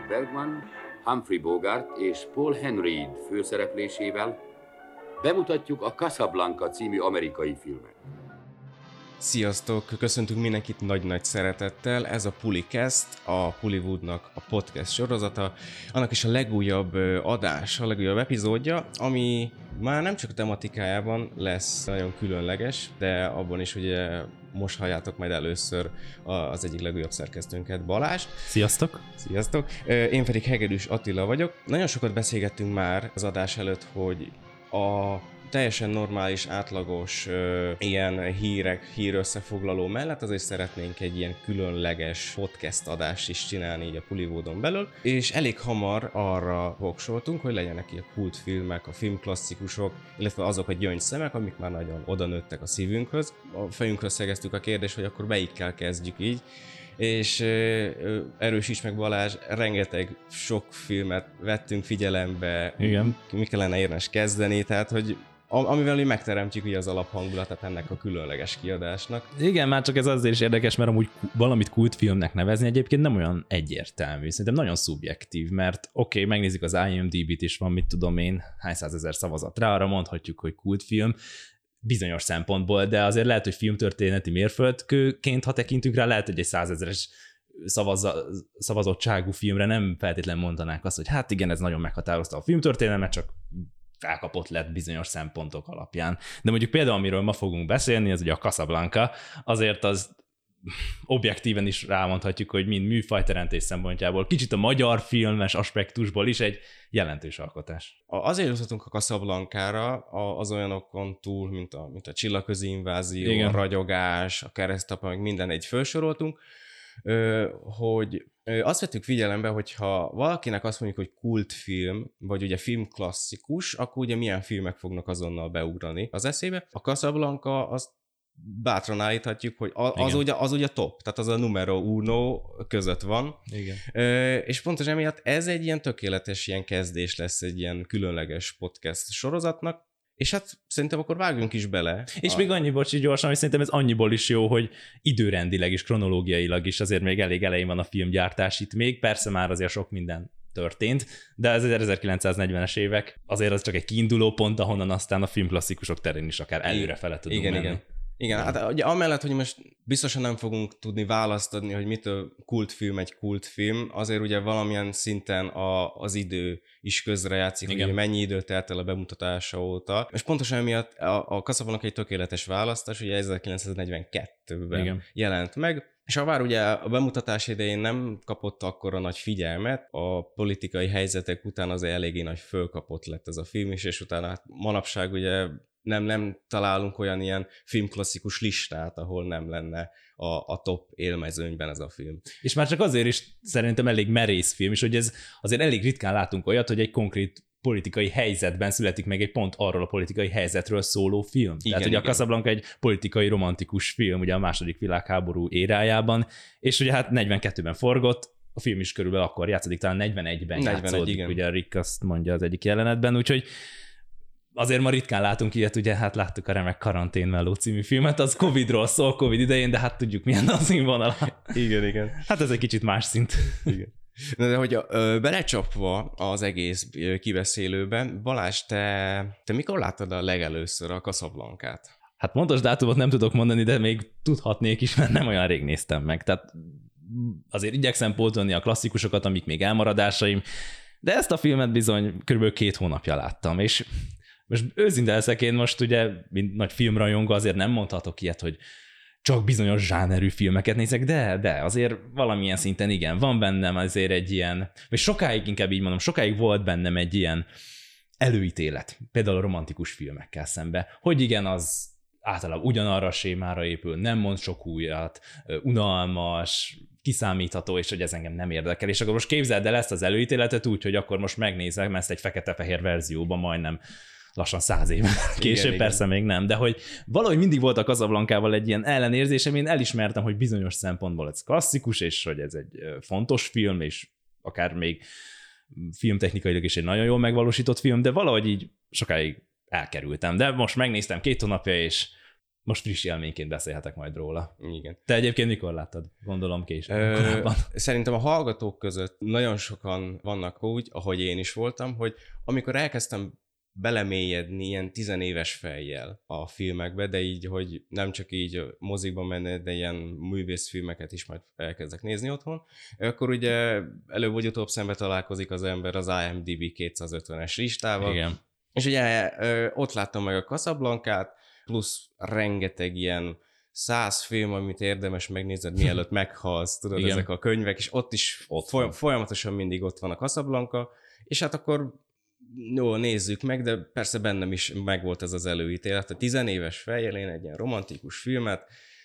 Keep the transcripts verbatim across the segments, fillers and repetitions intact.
Bergman, Humphrey Bogart és Paul Henreid főszereplésével bemutatjuk a Casablanca című amerikai filmet. Sziasztok! Köszöntünk mindenkit nagy-nagy szeretettel. Ez a Pulicast, a Pullywoodnak a podcast sorozata. Annak is a legújabb adás, a legújabb epizódja, ami már nem csak a tematikájában lesz nagyon különleges, de abban is ugye most halljátok majd először az egyik legújabb szerkesztőnket, Balást. Sziasztok! Sziasztok! Én pedig Hegedűs Attila vagyok. Nagyon sokat beszélgettünk már az adás előtt, hogy a teljesen normális, átlagos uh, ilyen hírek, hírösszefoglaló mellett azért szeretnénk egy ilyen különleges podcast adást is csinálni így a Pullywoodon belül, és elég hamar arra voksoltunk, hogy legyenek ilyen kultfilmek, a filmklasszikusok, illetve azok a gyöngyszemek, amik már nagyon oda nőttek a szívünkhöz. A fejünkhöz szegeztük a kérdést, hogy akkor melyikkel kezdjük így, és uh, erősíts meg Balázs, rengeteg sok filmet vettünk figyelembe, igen, Igen, már csak ez azért is érdekes, mert amúgy valamit kultfilmnek nevezni egyébként nem olyan egyértelmű. Szerintem nagyon szubjektív, mert oké, okay, megnézzük az I M D B-t is, van mit tudom én, hány százezer szavazat rá, arra mondhatjuk, hogy kultfilm bizonyos szempontból, de azért lehet, hogy filmtörténeti mérföldkőként, ha tekintünk rá, lehet, hogy egy százezeres szavazza, szavazottságú filmre nem feltétlenül mondanák azt, hogy hát igen, ez nagyon meghatározta a filmtörténelmet, csak felkapott lett bizonyos szempontok alapján. De mondjuk például, amiről ma fogunk beszélni, az ugye a Casablanca, azért az objektíven is rámondhatjuk, hogy mind műfajteremtés szempontjából, kicsit a magyar filmes aspektusból is egy jelentős alkotás. Azért jutottunk a Casablancára az olyanokon túl, mint a, mint a Csillagközi invázió, igen, a ragyogás, a keresztapa, meg minden egy felsoroltunk, hogy azt vettük figyelembe, hogyha valakinek azt mondjuk, hogy kultfilm, vagy ugye filmklasszikus, akkor ugye milyen filmek fognak azonnal beugrani az eszébe. A Casablanca azt bátran állíthatjuk, hogy az ugye, az ugye top, tehát az a numero uno között van. Igen. És pontosan emiatt ez egy ilyen tökéletes ilyen kezdés lesz egy ilyen különleges podcast sorozatnak. És hát szerintem akkor vágjunk is bele. És a... még annyi, bocsi, gyorsan, hogy szerintem ez annyiból is jó, hogy időrendileg és kronológiailag is azért még elég elején van a filmgyártás itt még. Persze már azért sok minden történt, de az ezerkilencszáznegyvenes évek azért az csak egy kiinduló pont, ahonnan aztán a filmklasszikusok terén is akár előrefele tudunk igen, menni. Igen. Igen, hát ugye amellett, hogy most biztosan nem fogunk tudni választ adni, hogy mitől kultfilm egy kultfilm, azért ugye valamilyen szinten a, az idő is közrejátszik, hogy ugye mennyi idő telt el a bemutatása óta. És pontosan emiatt a, a Casablanca egy tökéletes választás, ugye ezerkilencszáznegyvenkettőben igen. jelent meg, és ha bár ugye a bemutatás idején nem kapott akkora nagy figyelmet, a politikai helyzetek után azért eléggé nagy fölkapott lett ez a film is, és utána hát manapság ugye Nem, nem találunk olyan ilyen filmklasszikus listát, ahol nem lenne a, a top élmezőnyben ez a film. És már csak azért is szerintem elég merész film, és hogy ez azért elég ritkán látunk olyat, hogy egy konkrét politikai helyzetben születik meg egy pont arról a politikai helyzetről szóló film. Igen, Tehát ugye igen. a Casablanca egy politikai romantikus film, ugye a második világháború érájában, és ugye hát negyvenkettőben forgott, a film is körülbelül akkor játszódik, talán negyvenegyben játszódik, igen. ugye Rick azt mondja az egyik jelenetben, úgyhogy azért ma ritkán látunk ilyet, ugye hát láttuk a remek Karanténmeló című filmet, az Covidról szól, Covid idején, de hát tudjuk milyen a színvonal. Igen, igen. Hát ez egy kicsit más szint. Igen. De hogy ö, belecsapva az egész kibeszélőben, Balázs, te, te mikor láttad a legelőször a Casablancát? Hát pontos dátumot nem tudok mondani, de még tudhatnék is, mert nem olyan rég néztem meg. Tehát azért igyekszem pótolni a klasszikusokat, amik még elmaradásaim, de ezt a filmet bizony körülbelül két hónapja láttam, és most őszinte leszek, én most ugye, mint nagy filmrajongó, azért nem mondhatok ilyet, hogy csak bizonyos zsánerű filmeket nézek, de, de azért valamilyen szinten igen, van bennem azért egy ilyen, vagy sokáig inkább így mondom, sokáig volt bennem egy ilyen előítélet, például a romantikus filmekkel szembe, hogy igen, az általában ugyanarra a sémára épül, nem mond sok újat, unalmas, kiszámítható, és hogy ez engem nem érdekel. És akkor most képzeld el ezt az előítéletet úgy, hogy akkor most megnézem ezt egy fekete-fehér verzióban majdnem lassan száz év később, igen, persze igen. még nem, de hogy valahogy mindig volt a Casablancával egy ilyen ellenérzésem, én elismertem, hogy bizonyos szempontból ez klasszikus, és hogy ez egy fontos film, és akár még filmtechnikailag is egy nagyon jól megvalósított film, de valahogy így sokáig elkerültem. De most megnéztem két hónapja, és most friss élményként beszélhetek majd róla. Igen. Te egyébként mikor láttad? Gondolom később. Ö, szerintem a hallgatók között nagyon sokan vannak úgy, ahogy én is voltam, hogy amikor elkezdtem belemélyedni ilyen tizenéves fejjel a filmekbe, de így, hogy nem csak így mozikban menni, de ilyen művészfilmeket is majd elkezdek nézni otthon, akkor ugye előbb vagy utóbb szembe találkozik az ember az IMDb kétszázötvenes listával. Igen. És ugye ott láttam meg a Casablancát, plusz rengeteg ilyen száz film, amit érdemes megnézned, mielőtt meghalsz, tudod, igen. Ezek a könyvek, és ott is ott foly- folyamatosan mindig ott van a Casablanca, és hát akkor jó, nézzük meg, de persze bennem is megvolt ez az előítélet. A tizenéves fejjel én egy ilyen romantikus filmet,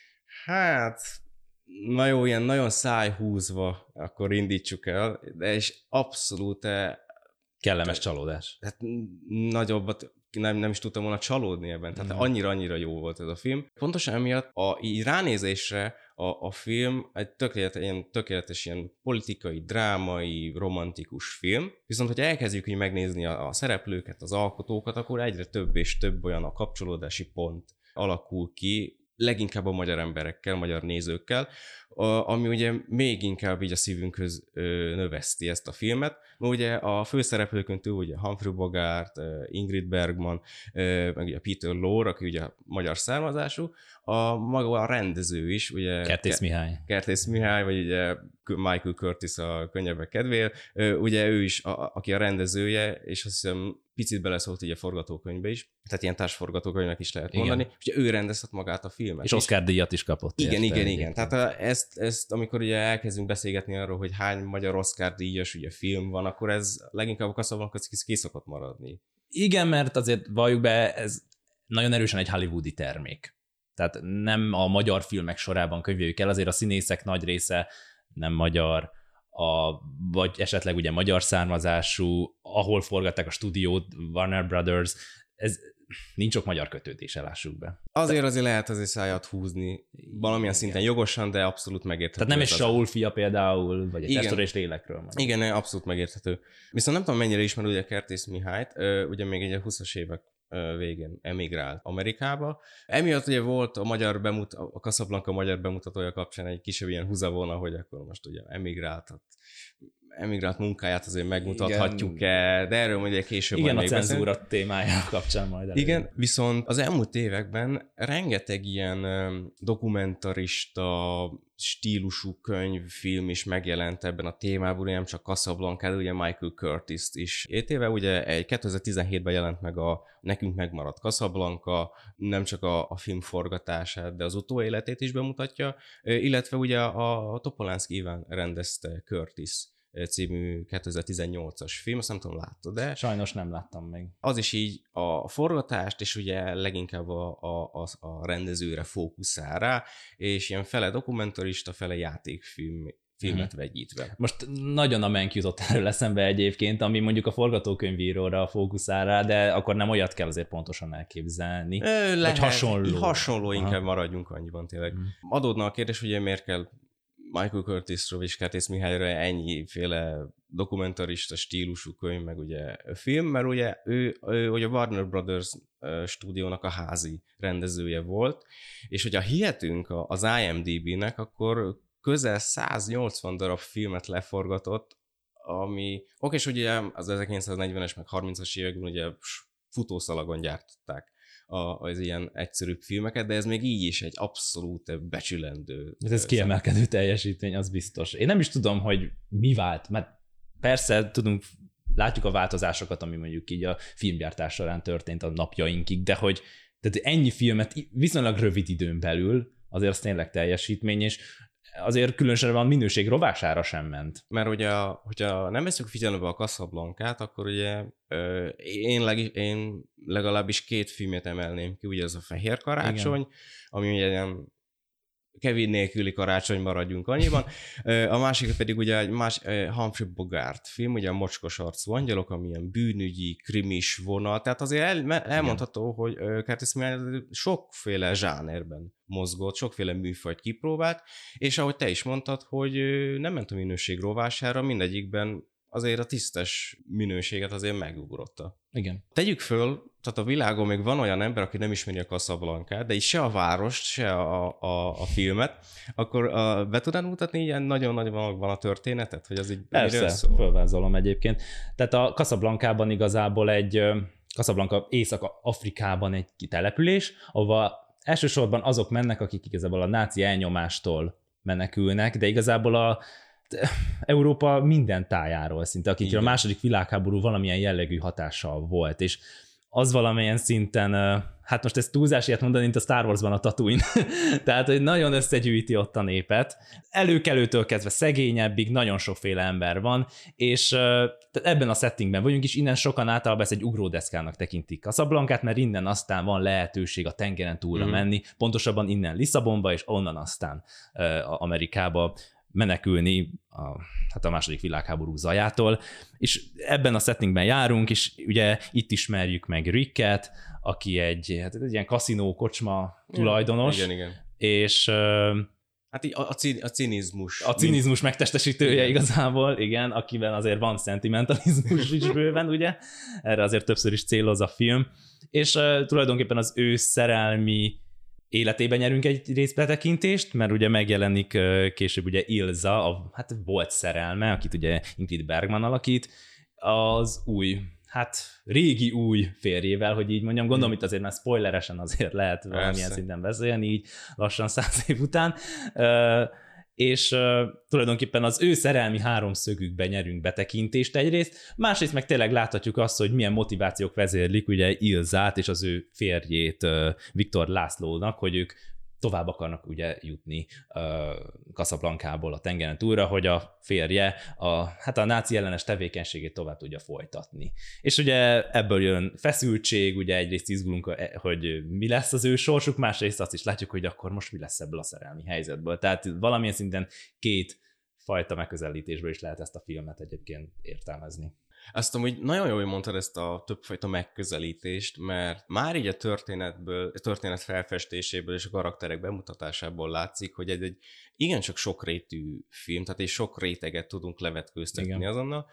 hát, na jó, ilyen nagyon szájhúzva, akkor indítsuk el, de és abszolút kellemes csalódás. Hát nagyobbat nem, nem is tudtam volna csalódni ebben, tehát mm. annyira-annyira jó volt ez a film. Pontosan emiatt a, így ránézésre a, a film egy tökéletes ilyen, tökéletes ilyen politikai, drámai, romantikus film, viszont hogyha elkezdjük így megnézni a, a szereplőket, az alkotókat, akkor egyre több és több olyan a kapcsolódási pont alakul ki, leginkább a magyar emberekkel, magyar nézőkkel, ami ugye még inkább így a szívünkhöz növeszti ezt a filmet. Ma ugye a főszereplőkön túl ugye Humphrey Bogart, Ingrid Bergman, meg ugye Peter Lorre, aki ugye magyar származású, a maga a rendező is, ugye Kertész Mihály. Kertész Mihály, vagy ugye Michael Curtis a könnyebbek kedvéért, ugye ő is, a, aki a rendezője, és azt hiszem picit beleszólt így a forgatókönyvbe is, tehát ilyen társforgatókönyvnek is lehet mondani, igen. És ő rendezett magát a filmet. És Oscar-díjat is kapott. Igen, érte, igen, igen. Tehát ezt, ezt, amikor ugye elkezdünk beszélgetni arról, hogy hány magyar Oscar-díjas ugye film van, akkor ez leginkább a Casablanca ki szokott maradni. Igen, mert azért valljuk be, ez nagyon erősen egy hollywoodi termék. Tehát nem a magyar filmek sorában könyveljük el, azért a színészek nagy része nem magyar, a, vagy esetleg ugye magyar származású, ahol forgatták a stúdiót, Warner Brothers, ez nincs sok magyar kötődés, lássuk be. Azért azért lehet azért szájat húzni, valamilyen igen. Szinten jogosan, de abszolút megérthető. Tehát nem egy Saul fia például, vagy egy igen. Testor és lélekről. Majd. Igen, abszolút megérthető. Viszont nem tudom, mennyire ismer ugye Kertész Mihályt, ugye még egy a huszas évek végén emigrált Amerikába. Emiatt ugye volt a magyar bemut, a Casablanca magyar bemutatója kapcsán egy kisebb ilyen húzavona, hogy akkor most ugye emigrált, emigrált munkáját azért megmutathatjuk-e, de erről ugye később igen, majd a cenzúra beszél. Témája kapcsán majd elég. Igen, viszont az elmúlt években rengeteg ilyen dokumentarista stílusú könyv, film is megjelent ebben a témában, nem csak Casablanca, ugye Michael Curtis-t is. Két éve ugye egy kétezer-tizenhétben jelent meg a Nekünk megmaradt Casablanca, nem csak a, a film forgatását, de az utóéletét is bemutatja, illetve ugye a, a Topolánszky Iván rendezte Curtis című kétezer-tizennyolcas film, azt nem tudom, láttad, de... Sajnos nem láttam még. Az is így a forgatást, és ugye leginkább a, a, a, a rendezőre fókuszál rá, és ilyen fele dokumentarista, fele játékfilm, filmet hmm. vegyítve. Most nagyon a menk jutott erről eszembe egyébként, ami mondjuk a forgatókönyvíróra fókuszál rá, de akkor nem olyat kell azért pontosan elképzelni. Ö, lehet, vagy hasonló. Hasonló, inkább aha. Maradjunk annyiban tényleg. Hmm. Adódna a kérdés, ugye miért kell Michael Curtisről és Kertész Mihályra ennyiféle dokumentarista stílusú könyv, meg ugye film, mert ugye ő, ő ugye a Warner Brothers stúdiónak a házi rendezője volt, és hogyha hihetünk az IMDb-nek, akkor közel száznyolcvan darab filmet leforgatott, ami, oké, és ugye az ezerkilencszáznegyvenes meg harmincas években ugye futószalagon gyártották az ilyen egyszerűbb filmeket, de ez még így is egy abszolút becsülendő. Ez, ez kiemelkedő teljesítmény, az biztos. Én nem is tudom, hogy mi vált, mert persze tudunk, látjuk a változásokat, ami mondjuk így a filmgyártás során történt a napjainkig, de hogy tehát ennyi filmet viszonylag rövid időn belül, azért az tényleg teljesítmény, és azért különösen a minőség rovására sem ment. Mert ugye, hogyha nem veszünk figyelembe a Casablancát, akkor ugye én, leg, én legalábbis két filmet emelném ki, ugye ez a Fehér karácsony, igen. Ami ugye ilyen Kevin nélküli karácsony, maradjunk annyiban. A másik pedig ugye egy más Humphrey Bogart film, ugye a Mocskos arcú angyalok, ami ilyen bűnügyi, krimis vonal, tehát azért el, elmondható, hogy Curtis Mihály sokféle zsánerben mozgott, sokféle műfajt kipróbált, és ahogy te is mondtad, hogy nem ment a minőség rovására, mindegyikben azért a tisztes minőséget azért megugrotta. Igen. Tegyük föl, tehát a világon még van olyan ember, aki nem ismeri a Casablancát, de így se a várost, se a, a, a filmet, akkor a, be tudnád mutatni ilyen nagyon-nagyon van a történetet? Hogy az így persze, fölvázolom egyébként. Tehát a Casablancában igazából egy, Casablanca Észak-Afrikában egy település, ahova elsősorban azok mennek, akik igazából a náci elnyomástól menekülnek, de igazából a Európa minden tájáról szinte, akikre igen. a második világháború valamilyen jellegű hatással volt, és az valamilyen szinten, hát most ez túlzás ilyet mondani, mint a Star Warsban a Tatooine, tehát hogy nagyon összegyűjti ott a népet, előkelőtől kezdve szegényebbig nagyon sokféle ember van, és tehát ebben a settingben vagyunk, és innen sokan általában ezt egy ugródeszkának tekintik Casablancát, mert innen aztán van lehetőség a tengeren túlra mm. menni, pontosabban innen Lisszabonba, és onnan aztán Amerikába menekülni a, hát a második világháború zajától, és ebben a settingben járunk, és ugye itt ismerjük meg Ricket, aki egy, hát egy ilyen kaszinó, kocsma tulajdonos, igen, igen. és hát a, a, cin, a cinizmus. A cinizmus mind... megtestesítője igen. igazából, igen, akiben azért van szentimentalizmus is bőven, ugye? Erre azért többször is céloz a film, és uh, tulajdonképpen az ő szerelmi életében nyerünk egy részbetekintést, mert ugye megjelenik később ugye Ilza, a hát volt szerelme, akit ugye Ingrid Bergman alakít, az új, hát régi új férjével, hogy így mondjam, gondolom itt azért már spoileresen azért lehet valamilyen szinten beszélni, így lassan száz év után, és uh, tulajdonképpen az ő szerelmi háromszögükben nyerünk betekintést egyrészt, másrészt meg tényleg láthatjuk azt, hogy milyen motivációk vezérlik ugye Ilzát és az ő férjét uh, Viktor Lászlónak, hogy ők tovább akarnak ugye jutni uh, Casablancából a tengeren túlra, hogy a férje a, hát a náci ellenes tevékenységét tovább tudja folytatni. És ugye ebből jön feszültség, ugye egyrészt izgulunk, hogy mi lesz az ő sorsuk, másrészt azt is látjuk, hogy akkor most mi lesz ebből a szerelmi helyzetből. Tehát valamilyen szinten két fajta megközelítésből is lehet ezt a filmet egyébként értelmezni. Azt amúgy nagyon jól mondtad ezt a többfajta megközelítést, mert már így a történetből, a történet felfestéséből és a karakterek bemutatásából látszik, hogy egy, egy igencsak sokrétű film, tehát egy sok réteget tudunk levetkőztetni igen. azonnal,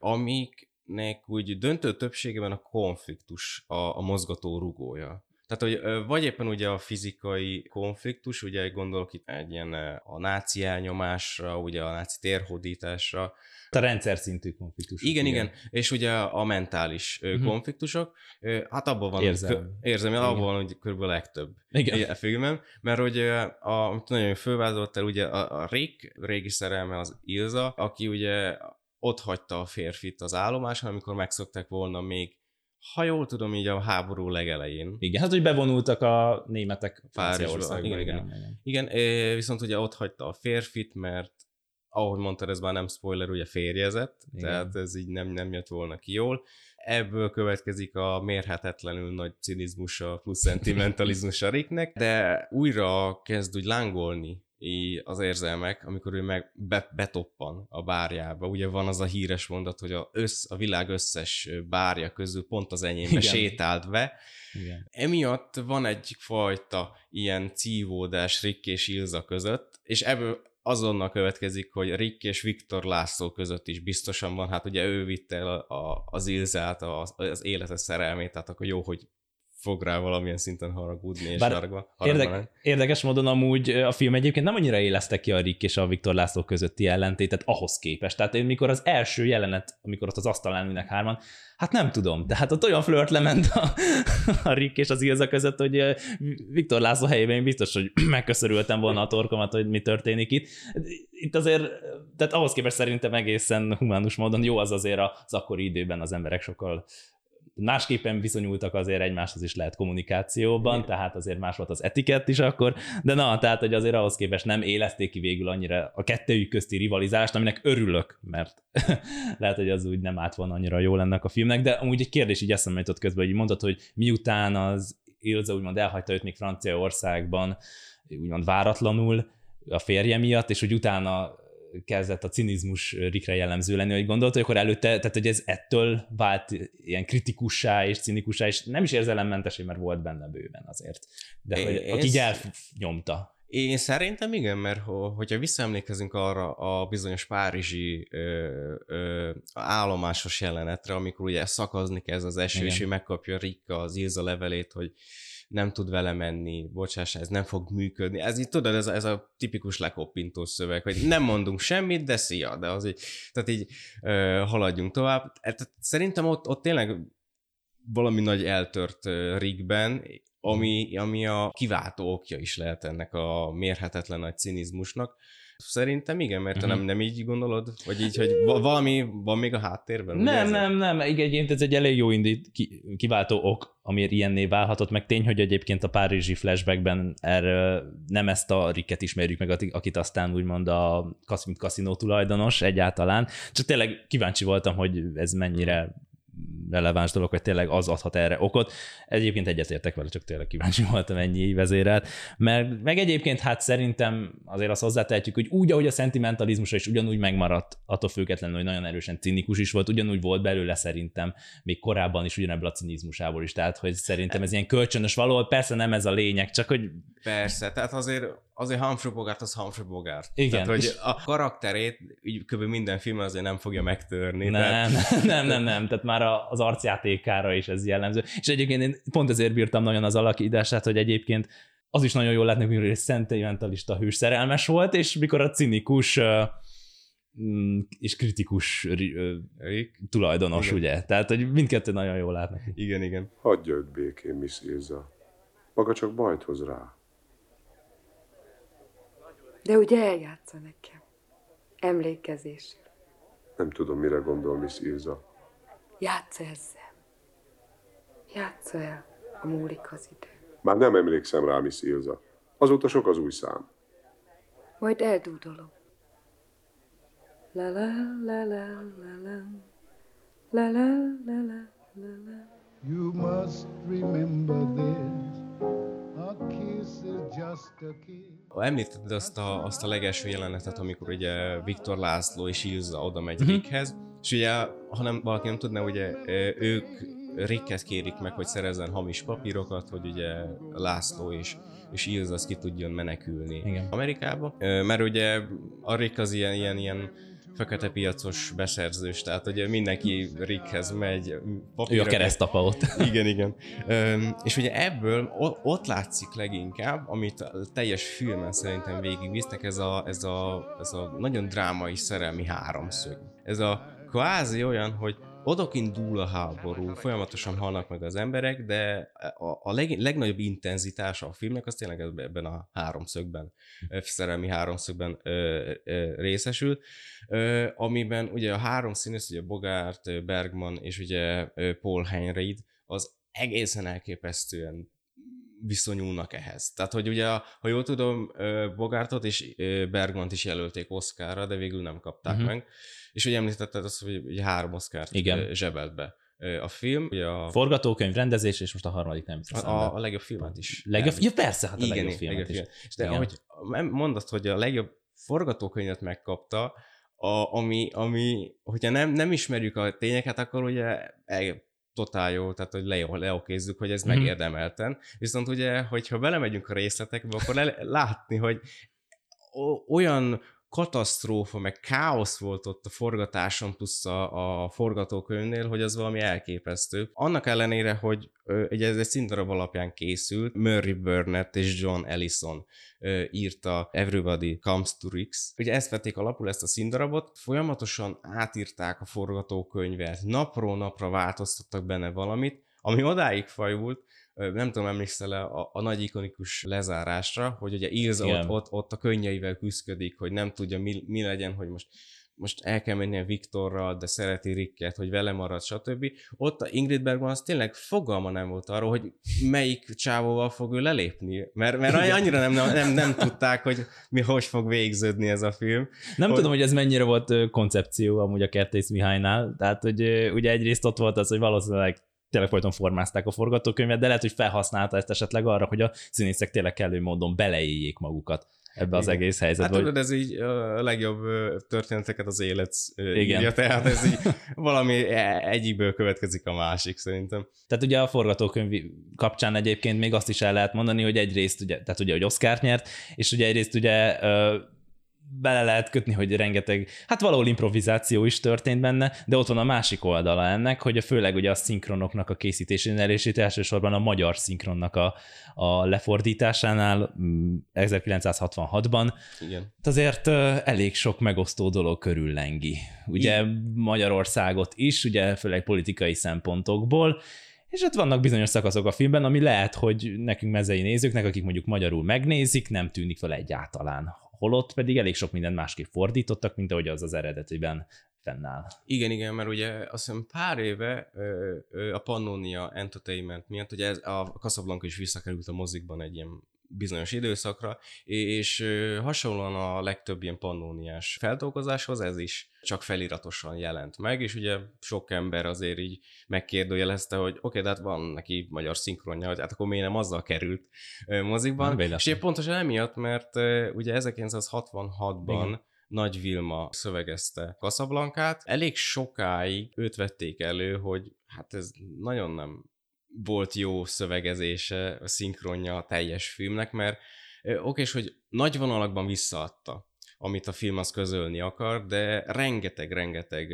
amiknek úgy döntő többségében a konfliktus a, a mozgató rugója. Tehát, hogy vagy éppen ugye a fizikai konfliktus, ugye gondolok itt egy ilyen a náci elnyomásra, ugye a náci térhódításra. A rendszer szintű konfliktusok. Igen, igen, igen, és ugye a mentális uh-huh. konfliktusok, hát abban van, érzem, érzem abban van, hogy körülbelül a legtöbb igen. a filmem, mert hogy a, amit nagyon fölvázoltál, ugye a, a Rick, régi szerelme az Ilza, aki ugye ott hagyta a férfit az állomáson, amikor megszokták volna még, ha jól tudom, így a háború legelején. Igen, hát hogy bevonultak a németek Franciaországba. Igen, igen. igen, igen, viszont ugye ott hagyta a férfit, mert ahogy mondtad, ez már nem spoiler, ugye férjezett, igen. tehát ez így nem, nem jött volna ki jól. Ebből következik a mérhetetlenül nagy cinizmusa plusz szentimentalizmusa Ricknek, de újra kezd úgy lángolni az érzelmek, amikor ő meg be, betoppan a bárjába. Ugye van az a híres mondat, hogy a, össz, a világ összes bárja közül pont az enyémbe igen. sétált be. Igen. Emiatt van egyfajta ilyen cívódás Rick és Ilza között, és ebből azonnal következik, hogy Rick és Viktor László között is biztosan van, hát ugye ő vitte el a, a, az Ilzát, az, az életes szerelmét, tehát akkor jó, hogy fog rá valamilyen szinten haragudni és haragva. Érde- érdekes módon amúgy a film egyébként nem annyira éleszte ki a Rick és a Viktor László közötti ellentétet ahhoz képest. Tehát én mikor az első jelenet, amikor ott az asztalán ülnek hárman, hát nem tudom, de hát ott olyan flört lement a, a Rick és az Ilza között, hogy Viktor László helyében én biztos, hogy megköszörültem volna a torkomat, hogy mi történik itt. Itt azért, tehát ahhoz képest szerintem egészen humánus módon jó az azért az akkori időben az emberek sokkal másképpen viszonyultak azért egymáshoz is lehet kommunikációban, igen. tehát azért más volt az etikett is akkor, de na, tehát hogy azért ahhoz képest nem éleszték ki végül annyira a kettőjük közti rivalizást, aminek örülök, mert lehet, hogy az úgy nem állt volna annyira jól ennek a filmnek, de amúgy egy kérdés így eszembe jutott közben, hogy mondtad, hogy miután az Ilza úgymond elhagyta őt még Franciaországban, úgymond váratlanul a férje miatt, és hogy utána kezdett a cinizmus Rickre jellemző lenni, hogy gondolt, hogy akkor előtte, tehát hogy ez ettől vált ilyen kritikussá és cinikussá, és nem is érzelemmentesé, mert volt benne bőven azért. De hogy, én, aki így elnyomta. Én szerintem igen, mert hogyha visszaemlékezünk arra a bizonyos párizsi ö, ö, állomásos jelenetre, amikor ugye szakazni kezd az eső, igen. és ő megkapja Ricka az Ilsa levelét, hogy nem tud vele menni, bocsáss, ez nem fog működni. Ez így, tudod, ez a, ez a tipikus lekoppintós szöveg, hogy nem mondunk semmit, de szia, de az így, tehát így ö, haladjunk tovább. Tehát szerintem ott, ott tényleg valami nagy eltört Rickben, ami, ami a kiváltó okja is lehet ennek a mérhetetlen nagy cinizmusnak. Szerintem igen, mert uh-huh. te nem, nem így gondolod? Vagy így, hogy valami van még a háttérben? Nem, nem, nem. Egyébként ez egy elég jó indít, kiváltó ok, amiért ilyenné válhatott, meg tény, hogy egyébként a párizsi flashbackben erre nem ezt a Ricket ismerjük meg, akit aztán úgymond a kaszinó tulajdonos egyáltalán. Csak tényleg kíváncsi voltam, hogy ez mennyire releváns dolog, hogy tényleg az adhat erre okot. Egyébként egyetértek vele, csak tényleg kíváncsi voltam ennyi vezérelt. Mert meg egyébként hát szerintem azért azt hozzátehetjük, hogy úgy, ahogy a szentimentalizmusra is ugyanúgy megmaradt, attól függetlenül, hogy nagyon erősen cinikus is volt, ugyanúgy volt belőle szerintem még korábban is ugyanebből a cinizmusából is. Tehát, hogy szerintem ez ilyen kölcsönös való, persze nem ez a lényeg, csak hogy... Persze, tehát azért, azért Humphrey Bogart az Humphrey Bogart. Igen. Tehát, hogy a karakterét kb. Minden filmben azért nem fogja megtörni. Nem, tehát... nem, nem, nem, tehát már az arcjátékára is ez jellemző. És egyébként én pont ezért bírtam nagyon az alakítását, hogy egyébként az is nagyon jól látni, hogy egy szentimentalista hős szerelmes volt, és mikor a cinikus és kritikus tulajdonos, igen. ugye? Tehát, hogy mindkettő nagyon jól látnak. Igen, igen. Hagyja őt békén, Miss Ilsa. Maga csak bajt hoz rá. De ugye eljátsza nekem. Emlékezésre. Nem tudom, mire gondol Miss Ilsa. Játssza ezzel. Játsza el, a múlik az idő. Már nem emlékszem rá, Miss Ilsa. Azóta sok az új szám. Majd eldúdolom. La la la la la la la la la la la. You must remember this. A kiss is just a kiss. Említetted azt a, azt a legelső jelenetet, amikor ugye Viktor László és Ilsa oda megy uh-huh. Rickhez, és ugye, ha nem, valaki nem tudná, ugye ők Ricket kérik meg, hogy szerezzen hamis papírokat, hogy ugye László és, és Ilsa az ki tudjon menekülni igen. Amerikába. Mert ugye a Rick az ilyen, ilyen, ilyen fekete piacos beszerzős, tehát ugye mindenki Rickhez megy. Ő a keresztapa ott. Igen, igen. És ugye ebből ott látszik leginkább, amit a teljes filmen szerintem végigvisznek, ez a, ez a, ez a nagyon drámai szerelmi háromszög. Ez a kvázi olyan, hogy odakint dúl a háború, folyamatosan halnak meg az emberek, de a, a leg, legnagyobb intenzitása a filmnek az tényleg ebben a háromszögben, szerelmi háromszögben ö, ö, részesül, ö, amiben ugye a három színész, ugye Bogart, Bergman és ugye Paul Henreid, az egészen elképesztően viszonyulnak ehhez. Tehát, hogy ugye, ha jól tudom, Bogartot és Bergmant is jelölték Oscarra, de végül nem kapták uh-huh. meg. És ugye említetted azt, hogy ugye három Oscart igen. zsebelt be a film. Ugye a... Forgatókönyv, rendezés, és most a harmadik nem is a, a, a legjobb filmet is. Legjobb, ja, persze, hát a igen, legjobb filmet legjobb is. Film. De igen. ahogy mondod, hogy a legjobb forgatókönyvet megkapta, a, ami, ami, hogyha nem, nem ismerjük a tényeket, akkor ugye totál jó, tehát hogy le, leokézzük, hogy ez mm-hmm. megérdemelten. Viszont ugye, hogyha belemegyünk a részletekbe, akkor le, látni, hogy olyan katasztrófa, meg káosz volt ott a forgatáson plusz a, a forgatókönyvnél, hogy az valami elképesztő. Annak ellenére, hogy ugye ez egy színdarab alapján készült, Murray Burnett és John Ellison írta Everybody Comes to Ricks. Ugye ezt vették alapul, ezt a színdarabot, folyamatosan átírták a forgatókönyvet, napról napra változtattak benne valamit, ami odáig fajult, nem tudom, emlékszel-e a, a nagy ikonikus lezárásra, hogy ugye Ilsa ott, ott, ott a könnyeivel küszködik, hogy nem tudja mi, mi legyen, hogy most, most el kell mennie Viktorral, de szereti Ricket, hogy vele marad, stb. Ott a Ingrid Bergman az tényleg fogalma nem volt arról, hogy melyik csávóval fog ő lelépni, mert, mert annyira nem, nem, nem, nem tudták, hogy mi hogy fog végződni ez a film. Nem hogy... tudom, hogy ez mennyire volt koncepció amúgy a Kertész Mihálynál, tehát hogy ugye egyrészt ott volt az, hogy valószínűleg tényleg folyton formázták a forgatókönyvet, de lehet, hogy felhasználta ezt esetleg arra, hogy a színészek tényleg kellő módon beleéljék magukat ebbe az egész helyzetbe. Hát tudod, ez így a legjobb történeteket az élet igen. írja, tehát ez így valami egyikből következik a másik szerintem. Tehát ugye a forgatókönyv kapcsán egyébként még azt is el lehet mondani, hogy egyrészt ugye, tehát ugye, hogy Oscart nyert, és ugye egyrészt ugye bele lehet kötni, hogy rengeteg, hát valahol improvizáció is történt benne, de ott van a másik oldala ennek, hogy a főleg ugye a szinkronoknak a készítésénél, és itt elsősorban a magyar szinkronnak a, a lefordításánál ezerkilencszázhatvanhatban. Igen. Azért elég sok megosztó dolog körüllengi. Ugye igen. Magyarországot is, ugye főleg politikai szempontokból, és ott vannak bizonyos szakaszok a filmben, ami lehet, hogy nekünk mezei nézőknek, akik mondjuk magyarul megnézik, nem tűnik fel egyáltalán. Holott pedig elég sok mindent másképp fordítottak, mint ahogy az az eredetiben fennáll. Igen, igen, mert ugye azt hiszem pár éve a Pannonia Entertainment miatt, ugye ez, a Casablanca is visszakerült a mozikban egy ilyen bizonyos időszakra, és hasonlóan a legtöbb ilyen pannóniás feldolgozáshoz ez is csak feliratosan jelent meg, és ugye sok ember azért így megkérdőjelezte, hogy oké, okay, de hát van neki magyar szinkronja, hogy hát akkor miért nem azzal került mozikban. És ugye pontosan emiatt, mert ugye ezerkilencszázhatvanhatban igen. Nagy Vilma szövegezte Casablancát, elég sokáig őt vették elő, hogy hát ez nagyon nem volt jó szövegezése, a szinkronja a teljes filmnek, mert oké, és hogy nagy vonalakban visszaadta, amit a film az közölni akar, de rengeteg-rengeteg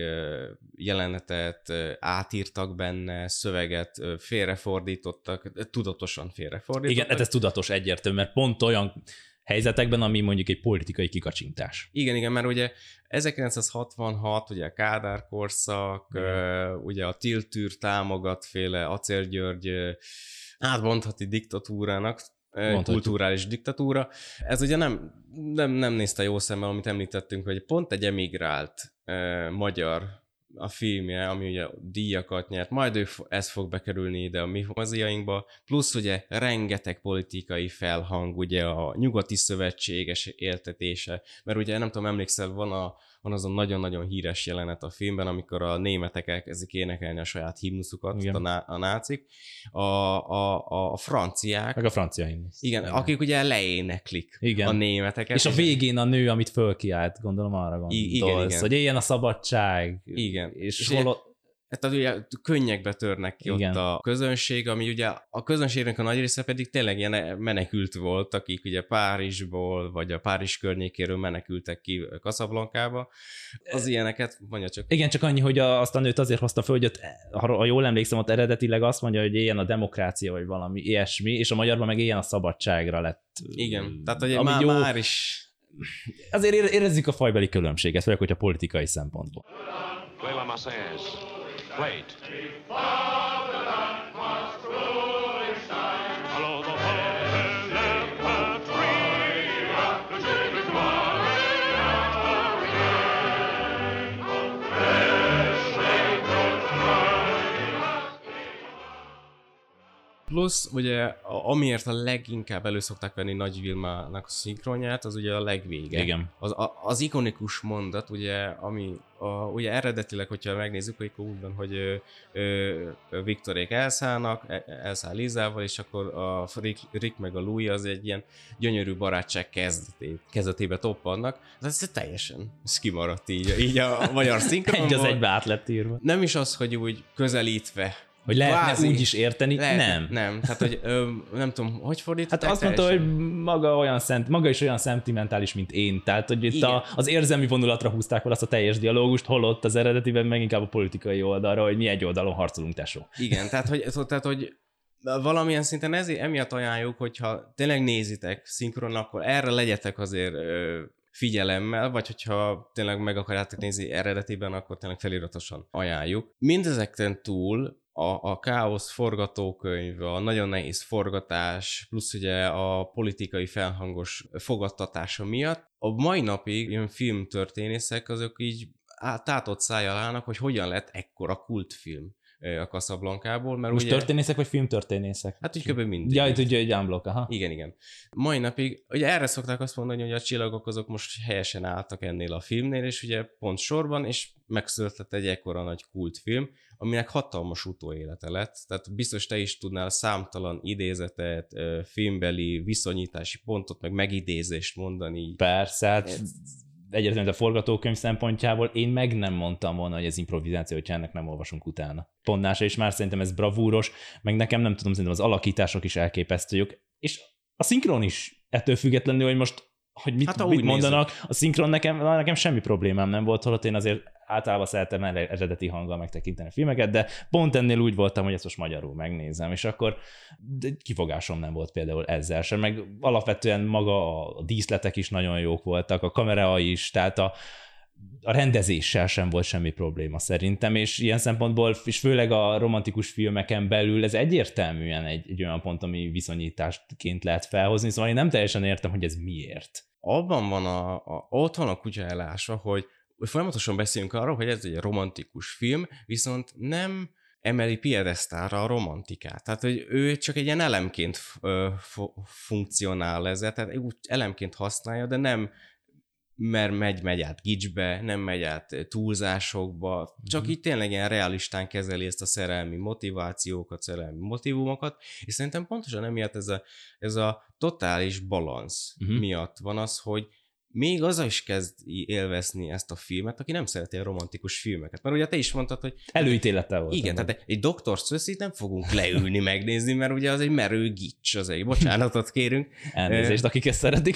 jelenetet átírtak benne, szöveget félrefordítottak, tudatosan félrefordítottak. Igen, hát ez tudatos egyértelmű, mert pont olyan helyzetekben, ami mondjuk egy politikai kikacsintás. Igen, igen, mert ugye ezerkilencszázhatvanhat, ugye a Kádár korszak, uh, ugye a Tiltűr támogatféle Acél György uh, átbontható diktatúrának, uh, kulturális diktatúra. Ez ugye nem, nem, nem nézte jó szemmel, amit említettünk, hogy pont egy emigrált uh, magyar a filmje, ami ugye díjakat nyert, majd ő, ez fog bekerülni ide a mi moziainkba, plusz ugye rengeteg politikai felhang, ugye a nyugati szövetséges éltetése, mert ugye nem tudom, emlékszel, van, a, van azon nagyon-nagyon híres jelenet a filmben, amikor a németek elkezdik énekelni a saját himnuszukat, a, ná, a nácik, a, a, a franciák, meg a francia himnusz. Igen, igen, akik ugye leéneklik igen. a németeket. És a végén a nő, amit fölkiált, gondolom arra gondolsz, igen, igen. hogy éljen a szabadság. Igen. És, és hol... Tehát ugye könnyekbe törnek ki igen. ott a közönség, ami ugye a közönségnek a nagy része pedig tényleg ilyen menekült volt, akik ugye Párizsból, vagy a Párizs környékéről menekültek ki Casablancába. Az ilyeneket mondja csak. Igen, csak annyi, hogy a, azt a nőt azért hozta föl, hogy ott, ha jól emlékszem, ott eredetileg azt mondja, hogy éljen a demokrácia, vagy valami ilyesmi, és a magyarban meg éljen a szabadságra lett. Igen, tehát hogy már, jó... már is... Azért érezzük a fajbeli különbséget, főleg, hogy a politikai szempontból. Plate. Plusz ugye amiért a leginkább elő szokták venni Nagy Vilmának a szinkronját, az ugye a legvége. Igen. Az, a, az ikonikus mondat, ugye, ami a, ugye eredetileg, hogyha megnézzük, hogy úgy van, hogy ö, ö, Viktorék elszállnak, elszáll Lizával, és akkor a Rick, Rick meg a Louis az egy ilyen gyönyörű barátság kezdetét, kezdetébe toppannak. Ez teljesen ez kimaradt így, így a magyar szinkronból. Egy az egybe át lett írva. Nem is az, hogy úgy közelítve, hogy lehetne Kvázi, úgy is érteni? Lehet, nem. Nem, tehát, hogy ö, nem tudom, hogy fordították? Hát azt mondta, hogy maga, olyan szent, maga is olyan szentimentális, mint én. Tehát, hogy itt a, az érzelmi vonulatra húzták fel azt a teljes dialógust, holott az eredetiben meg inkább a politikai oldalra, hogy mi egy oldalon harcolunk, tesó. Igen, tehát, hogy, tehát, hogy valamilyen szinten ezért emiatt ajánljuk, hogyha tényleg nézitek szinkron, akkor erre legyetek azért ö, figyelemmel, vagy hogyha tényleg meg akarjátok nézni eredetiben, akkor tényleg feliratosan ajánljuk. Mindezeken túl A, a káosz forgatókönyv, a nagyon nehéz forgatás, plusz ugye a politikai felhangos fogadtatása miatt a mai napig ilyen filmtörténészek azok így tátott szájjal állnak, hogy hogyan lett ekkora kultfilm. a Casablanca-ból. Mert most ugye, történészek, vagy filmtörténészek? Hát úgy kb. Mindig. Ja, tudja, hogy unblock, aha. Igen, igen. Mai napig, ugye erre szokták azt mondani, hogy a csillagok azok most helyesen álltak ennél a filmnél, és ugye pont sorban, és megszületett egy ekkora nagy kultfilm, aminek hatalmas utóélete lett. Tehát biztos te is tudnál számtalan idézetet, filmbeli viszonyítási pontot, meg megidézést mondani. Persze, hát egyértelműen a forgatókönyv szempontjából én meg nem mondtam volna, hogy ez improvizáció, hogyha ennek nem olvasunk utána. Ponnása, és már szerintem ez bravúros, meg nekem nem tudom, szerintem az alakítások is elképesztők, és a szinkron is ettől függetlenül, hogy most hogy mit, hát, mit mondanak, nézzük. A szinkron nekem, nekem semmi problémám nem volt, holott én azért általában szeretem eredeti hanggal megtekinteni a filmeket, de pont ennél úgy voltam, hogy ezt most magyarul megnézem, és akkor kifogásom nem volt például ezzel sem, meg alapvetően maga a díszletek is nagyon jók voltak, a kamera is, tehát a, a rendezéssel sem volt semmi probléma szerintem, és ilyen szempontból, és főleg a romantikus filmeken belül ez egyértelműen egy, egy olyan pont, ami viszonyításként lehet felhozni, szóval én nem teljesen értem, hogy ez miért. Abban van a, a ott van a kutya elásva, hogy folyamatosan beszélünk arról, hogy ez egy romantikus film, viszont nem emeli piedesztálra a romantikát. Tehát, hogy ő csak egy ilyen elemként f- funkcionál ezzel, tehát úgy elemként használja, de nem mert megy, megy át gicsbe, nem megy át túlzásokba, csak mm-hmm. így tényleg ilyen realistán kezeli ezt a szerelmi motivációkat, szerelmi motivumokat, és szerintem pontosan emiatt ez a, ez a totális balansz mm-hmm. miatt van az, hogy még az is kezd élvezni ezt a filmet, aki nem szereti a romantikus filmeket. Mert ugye te is mondtad, hogy... Előítélettel volt. Igen, tehát egy doktor Szöszit nem fogunk leülni megnézni, mert ugye az egy merő gics, az egy bocsánatot kérünk. Elnézést, akik ezt szeretik.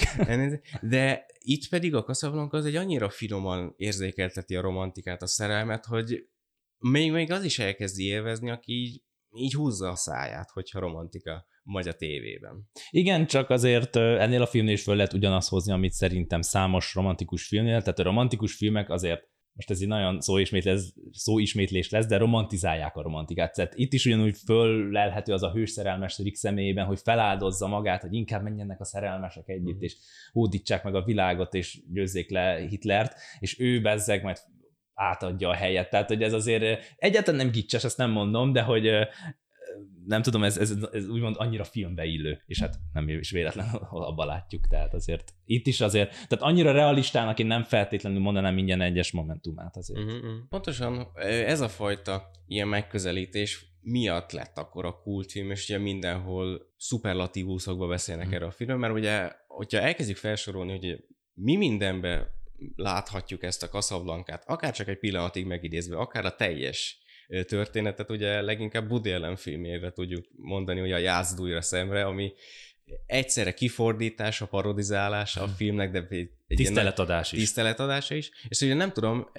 De itt pedig a Casablanca az egy annyira finoman érzékelteti a romantikát, a szerelmet, hogy még, még az is elkezdi élvezni, aki így, így húzza a száját, hogyha romantika vagy a tévében. Igen, csak azért ennél a filmnél is föl lehet ugyanazt hozni, amit szerintem számos romantikus filmnél, tehát a romantikus filmek azért, most ez egy nagyon szóismétlés, szóismétlés lesz, de romantizálják a romantikát. Tehát itt is ugyanúgy föllelhető az a hős szerelmes Rick személyében, hogy feláldozza magát, hogy inkább menjenek a szerelmesek együtt, mm. és hódítsák meg a világot, és győzzék le Hitlert, és ő bezzeg majd átadja a helyet. Tehát, hogy ez azért egyáltalán nem gicses, ezt nem mondom, de hogy nem tudom, ez, ez, ez úgymond annyira filmbe illő, és hát nem is véletlenül abban látjuk, tehát azért itt is azért, tehát annyira realistának én nem feltétlenül mondanám minden egyes momentumát azért. Uh-huh. Pontosan ez a fajta ilyen megközelítés miatt lett akkor a kultfilm, és ugye mindenhol szuperlatívuszokba beszélnek uh-huh. erről a filmről, mert ugye, hogyha elkezdjük felsorolni, hogy mi mindenben láthatjuk ezt a Casablancát, akár csak egy pillanatig megidézve, akár a teljes történetet, ugye leginkább Woody Allen filmjére tudjuk mondani, hogy a Játszd szemre, ami egyszerre kifordítása, parodizálása a filmnek, de egy tiszteletadás is. Tiszteletadása is. És ugye nem tudom,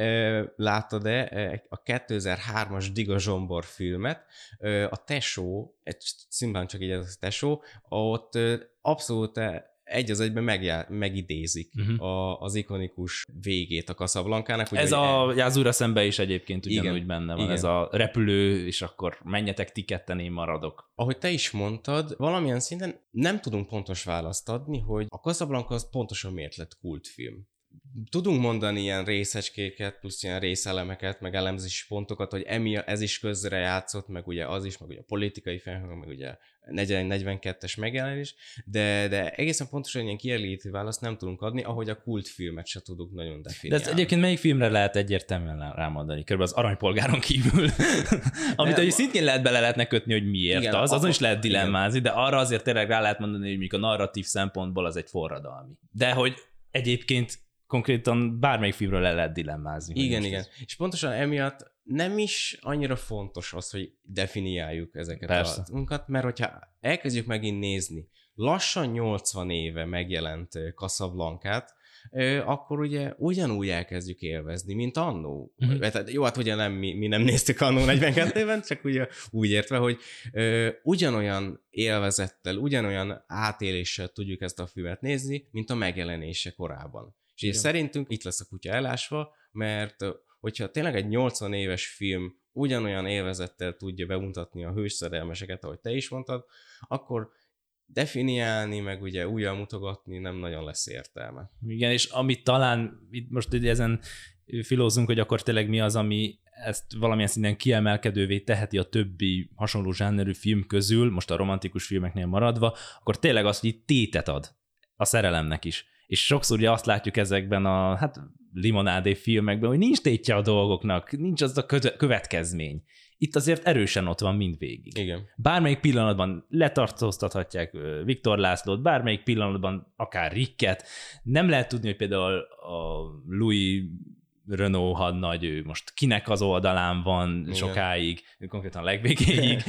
láttad-e a kétezer-hármas Diga Zsombor filmet, a Tesó, szimplán csak így ez a Tesó, ott abszolút egy az egyben megjá- megidézik uh-huh. a, az ikonikus végét a Casablancának. Ez a Jázúra szembe is egyébként ugyanúgy igen, benne van, igen. Ez a repülő, és akkor menjetek ti ketten, én maradok. Ahogy te is mondtad, valamilyen szinten nem tudunk pontos választ adni, hogy a Casablanca az pontosan miért lett kultfilm. Tudunk mondani ilyen részecskéket, plusz ilyen részelemeket, meg elemzési pontokat, hogy emiatt ez is közrejátszott, meg ugye az is, meg ugye a politikai felhang, meg ugye negyvenkettes megjelenés, de, de egészen pontosan ilyen kielégítő választ nem tudunk adni, ahogy a kultfilmet se tudunk nagyon definiálni. De ez egyébként melyik filmre lehet egyértelműen rámondani? Körülbelül az Aranypolgáron kívül. Amit de, szintén lehet bele lehetne kötni, hogy miért igen, az, azon a, is lehet dilemmázni, de arra azért tényleg rá lehet mondani, hogy mondjuk a narratív szempontból az egy forradalmi. De hogy egyébként konkrétan bármelyik filmről le lehet dilemmázni. Igen, igen. Ez. És pontosan emiatt nem is annyira fontos az, hogy definiáljuk ezeket Persze. a munkat, mert hogyha elkezdjük megint nézni lassan nyolcvan éve megjelent Casablancát, akkor ugye ugyanúgy elkezdjük élvezni, mint annó. Uh-huh. Jó, hát ugye nem, mi, mi nem néztük annó negyvenkettőben, csak ugye úgy értve, hogy ö, ugyanolyan élvezettel, ugyanolyan átéléssel tudjuk ezt a filmet nézni, mint a megjelenése korában. És így szerintünk itt lesz a kutya elásva, mert hogyha tényleg egy nyolcvan éves film ugyanolyan élvezettel tudja bemutatni a hős szerelmeseket, ahogy te is mondtad, akkor definiálni, meg ugye újra mutogatni nem nagyon lesz értelme. Igen, és amit talán itt most ezen filózunk, hogy akkor tényleg mi az, ami ezt valamilyen szinten kiemelkedővé teheti a többi hasonló zsánerű film közül, most a romantikus filmeknél maradva, akkor tényleg az, hogy itt tétet ad a szerelemnek is. És sokszor ugye azt látjuk ezekben a hát, limonádé filmekben, hogy nincs tétje a dolgoknak, nincs az a következmény. Itt azért erősen ott van mindvégig. Igen. Bármelyik pillanatban letartóztathatják Viktor Lászlót, bármelyik pillanatban akár Ricket. Nem lehet tudni, hogy például a Louis Renault hadnagy, ő most kinek az oldalán van igen. sokáig, konkrétan a legvégéig.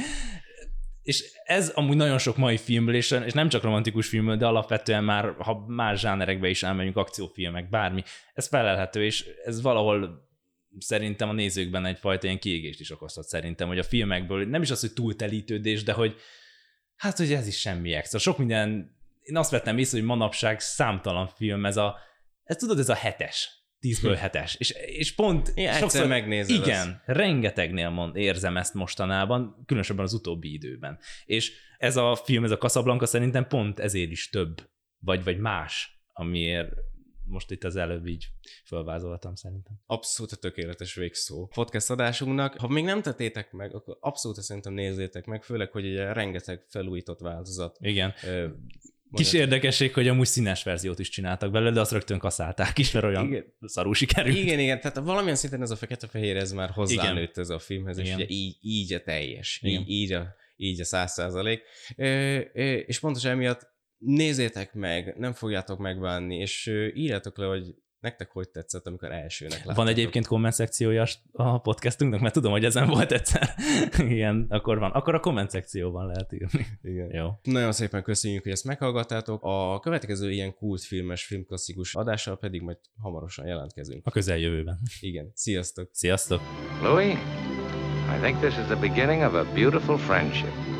És ez amúgy nagyon sok mai filmből, és nem csak romantikus filmből, de alapvetően már, ha más zsánerekbe is elmegyünk, akciófilmek, bármi, ez felelhető, és ez valahol szerintem a nézőkben egyfajta ilyen kiégést is okozhat szerintem, hogy a filmekből nem is az, hogy túltelítődés, de hogy hát, hogy ez is semmi extra. Sok minden, én azt vettem észre, hogy manapság számtalan film, ez a, ez tudod, ez a hetes. tízből hetes. És, és pont ja, sokszor megnézed. Igen, az. rengetegnél mond, érzem ezt mostanában, különösebben az utóbbi időben. És ez a film, ez a Casablanca szerintem pont ezért is több, vagy, vagy más, amiért most itt az előbb így felvázoltam szerintem. Abszolút a tökéletes végszó podcast adásunknak. Ha még nem tettétek meg, akkor abszolút szerintem nézzétek meg, főleg, hogy ugye rengeteg felújított változat. Igen. Ö, Kis érdekesség, hogy amúgy színes verziót is csináltak belőle, de azt rögtön kaszálták is, mert olyan igen. szarul sikerült. Igen, igen, tehát valamilyen szinten ez a fekete-fehér, ez már hozzánőtt ez a filmhez, igen. és ugye így, így a teljes, így, így a így a száz százalék. És pontosan emiatt nézzétek meg, nem fogjátok megbánni, és írjátok le, hogy nektek hogy tetszett, amikor elsőnek láttátok. Van egyébként komment szekciója a podcastunknak, mert tudom, hogy ezen volt egyszer. Igen, akkor van. Akkor a komment szekcióban lehet írni. Igen. Jó. Nagyon szépen köszönjük, hogy ezt meghallgattátok. A következő ilyen kultfilmes, filmklasszikus adással pedig majd hamarosan jelentkezünk. A közeljövőben. Igen. Sziasztok! Sziasztok! Louis, I think this is the beginning of a beautiful friendship.